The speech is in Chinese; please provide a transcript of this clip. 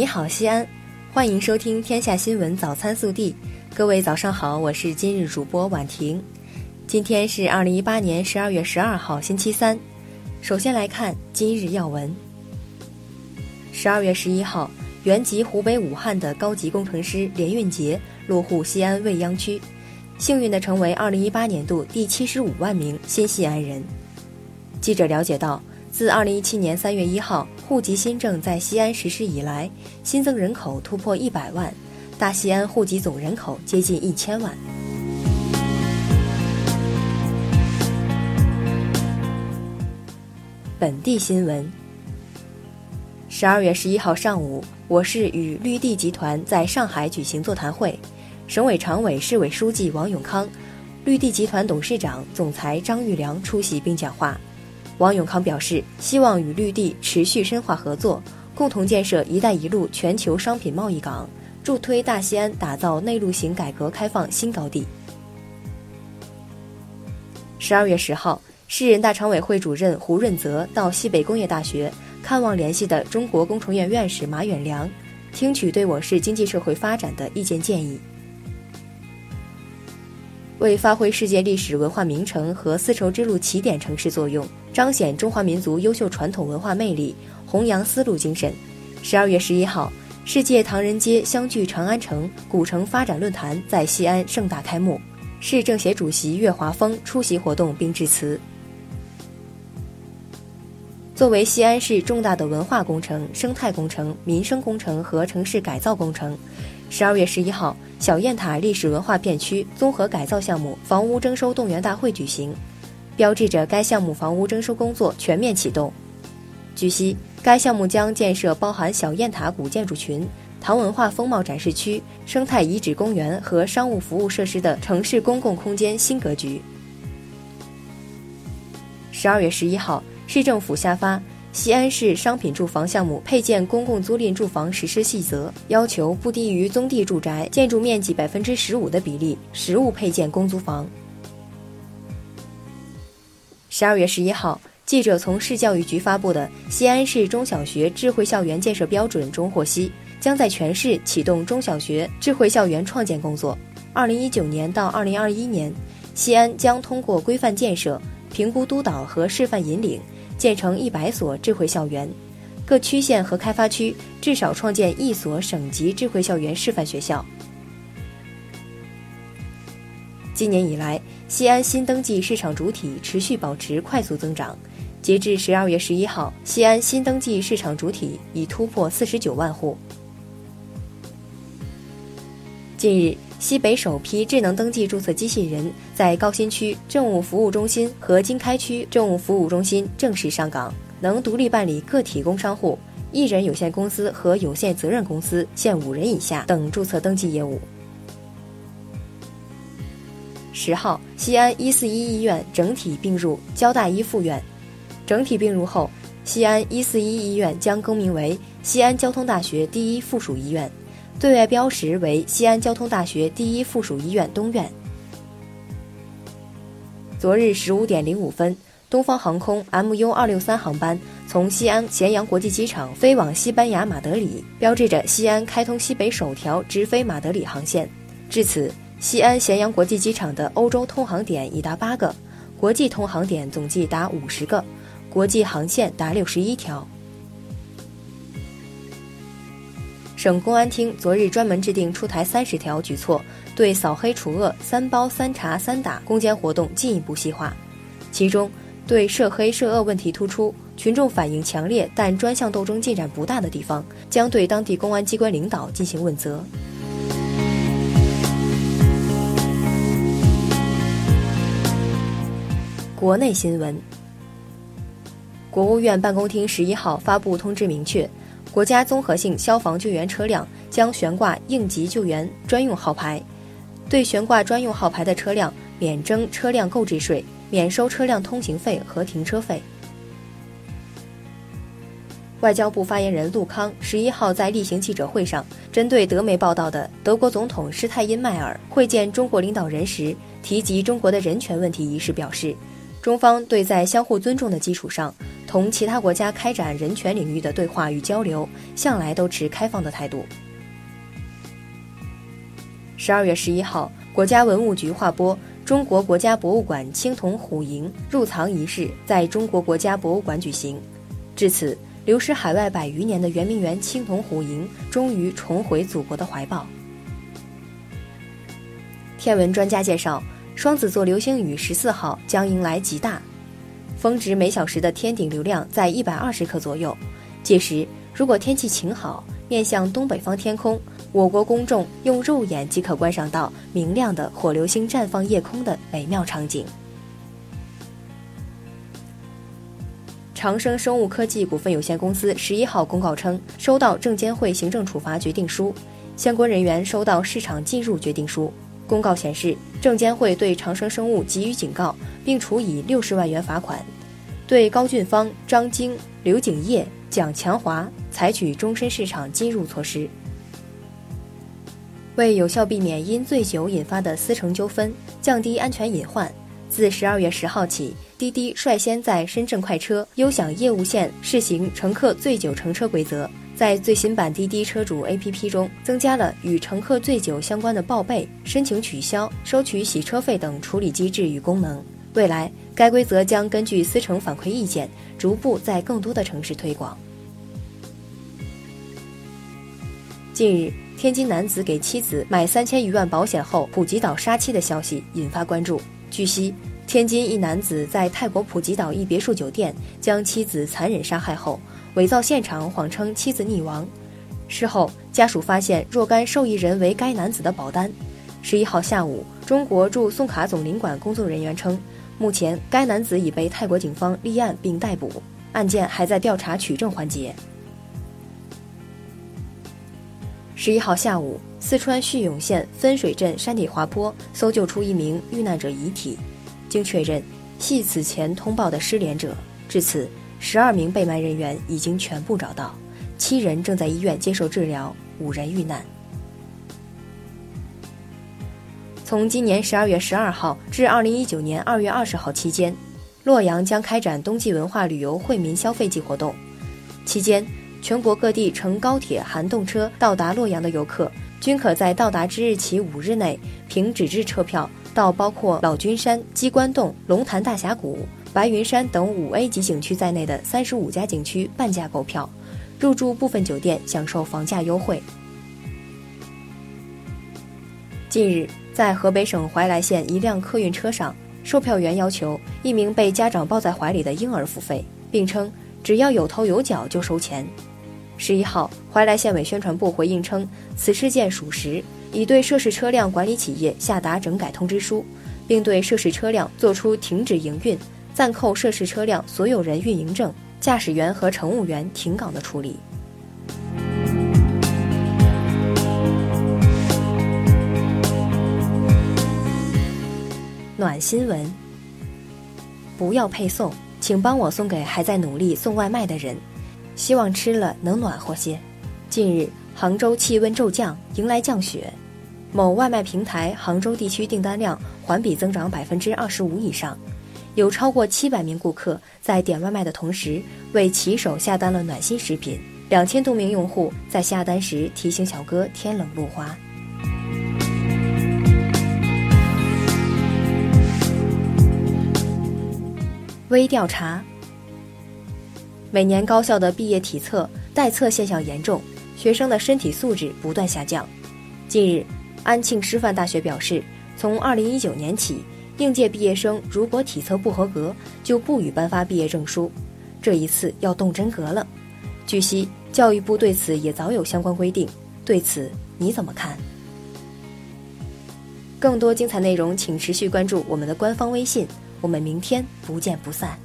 你好，西安，欢迎收听天下新闻早餐速递。各位早上好，我是今日主播婉婷。今天是2018年12月12号，星期三。首先来看今日要闻。12月11号，原籍湖北武汉的高级工程师连运杰落户西安未央区，幸运地成为2018年度第75万名新西安人。记者了解到，自2017年3月1号户籍新政在西安实施以来，新增人口突破100万，大西安户籍总人口接近1000万。本地新闻。12月11号上午，我市与绿地集团在上海举行座谈会，省委常委、市委书记王永康、绿地集团董事长、总裁张玉良出席并讲话。王永康表示，希望与绿地持续深化合作，共同建设“一带一路”全球商品贸易港，助推大西安打造内陆型改革开放新高地。12月10号，市人大常委会主任胡润泽到西北工业大学看望联系的中国工程院院士马远良，听取对我市经济社会发展的意见建议。为发挥世界历史文化名城和丝绸之路起点城市作用，彰显中华民族优秀传统文化魅力，弘扬丝路精神，12月11号，世界唐人街相聚长安城古城发展论坛在西安盛大开幕，市政协主席岳华峰出席活动并致辞。作为西安市重大的文化工程、生态工程、民生工程和城市改造工程，12月11号，小雁塔历史文化片区综合改造项目房屋征收动员大会举行，标志着该项目房屋征收工作全面启动。据悉，该项目将建设包含小雁塔古建筑群、唐文化风貌展示区、生态遗址公园和商务服务设施的城市公共空间新格局。12月11号，市政府下发《西安市商品住房项目配建公共租赁住房实施细则》，要求不低于宗地住宅建筑面积15%的比例实物配建公租房。12月11号，记者从市教育局发布的《西安市中小学智慧校园建设标准》中获悉，将在全市启动中小学智慧校园创建工作。2019年到2021年，西安将通过规范建设、评估督导和示范引领，建成100所智慧校园，各区县和开发区至少创建1所省级智慧校园示范学校。今年以来，西安新登记市场主体持续保持快速增长，截至12月11号，西安新登记市场主体已突破49万户。近日，西北首批智能登记注册机器人在高新区政务服务中心和经开区政务服务中心正式上岗，能独立办理个体工商户、一人有限公司和有限责任公司限5人以下等注册登记业务。10号，西安141医院整体并入交大一附院。整体并入后，西安141医院将更名为西安交通大学第一附属医院，对外标识为西安交通大学第一附属医院东院。昨日15点05分，东方航空 MU263 航班从西安咸阳国际机场飞往西班牙马德里，标志着西安开通西北首条直飞马德里航线。至此，西安咸阳国际机场的欧洲通航点已达8个，国际通航点总计达50个，国际航线达61条。省公安厅昨日专门制定出台30条举措，对扫黑除恶、3包3查3打攻坚活动进一步细化。其中，对涉黑涉恶问题突出、群众反映强烈但专项斗争进展不大的地方，将对当地公安机关领导进行问责。国内新闻。国务院办公厅11号发布通知，明确国家综合性消防救援车辆将悬挂应急救援专用号牌，对悬挂专用号牌的车辆免征车辆购置税，免收车辆通行费和停车费。外交部发言人陆康11号在例行记者会上，针对德媒报道的德国总统施泰因迈尔会见中国领导人时提及中国的人权问题一事表示， 中方对在相互尊重的基础上，同其他国家开展人权领域的对话与交流，向来都持开放的态度。12月11号，国家文物局划拨中国国家博物馆青铜虎营入藏仪式在中国国家博物馆举行。至此，流失海外100余年的圆明园青铜虎营终于重回祖国的怀抱。天文专家介绍，双子座流星雨14号将迎来极大，峰值每小时的天顶流量在120克左右。届时，如果天气晴好，面向东北方天空，我国公众用肉眼即可观赏到明亮的火流星绽放夜空的美妙场景。长生生物科技股份有限公司11号公告称，收到证监会行政处罚决定书，相关人员收到市场进入决定书。公告显示，证监会对长生生物给予警告，并处以60万元罚款，对高俊芳、张晶、刘景业、蒋强华采取终身市场禁入措施。为有效避免因醉酒引发的司乘纠纷，降低安全隐患，自12月10号起，滴滴率先在深圳快车、优享业务线试行乘客醉酒乘车规则。在最新版滴滴车主 APP 中，增加了与乘客醉酒相关的报备、申请取消、收取洗车费等处理机制与功能。未来，该规则将根据司乘反馈意见，逐步在更多的城市推广。近日，天津男子给妻子买3000余万保险后普吉岛杀妻的消息引发关注。据悉，天津一男子在泰国普吉岛一别墅酒店将妻子残忍杀害后，伪造现场，谎称妻子溺亡。事后，家属发现若干受益人为该男子的保单。11号下午，中国驻宋卡总领馆工作人员称，目前该男子已被泰国警方立案并逮捕，案件还在调查取证环节。11号下午，四川叙永县分水镇山体滑坡搜救出一名遇难者遗体，经确认系此前通报的失联者。至此，12名被埋人员已经全部找到，7人正在医院接受治疗，5人遇难。从今年12月12号至2019年2月20号期间，洛阳将开展冬季文化旅游惠民消费季活动。期间，全国各地乘高铁、涵洞车到达洛阳的游客，均可在到达之日起5日内，凭纸质车票到包括老君山、鸡冠洞、龙潭大峡谷、白云山等5A 级景区在内的35家景区半价购票，入住部分酒店享受房价优惠。近日，在河北省怀来县一辆客运车上，售票员要求一名被家长抱在怀里的婴儿付费，并称只要有头有脚就收钱。11号，怀来县委宣传部回应称，此事件属实，已对涉事车辆管理企业下达整改通知书，并对涉事车辆作出停止营运、暂扣涉事车辆所有人运营证、驾驶员和乘务员停岗的处理。暖新闻，不要配送，请帮我送给还在努力送外卖的人，希望吃了能暖和些。近日，杭州气温骤降，迎来降雪。某外卖平台杭州地区订单量环比增长25%以上，有超过700名顾客在点外卖的同时，为骑手下单了暖心食品。2000多名用户在下单时提醒小哥天冷路滑。微调查，每年高校的毕业体测代测现象严重，学生的身体素质不断下降。近日，安庆师范大学表示，从2019年起，应届毕业生如果体测不合格，就不予颁发毕业证书。这一次要动真格了。据悉，教育部对此也早有相关规定，对此你怎么看？更多精彩内容请持续关注我们的官方微信，我们明天不见不散。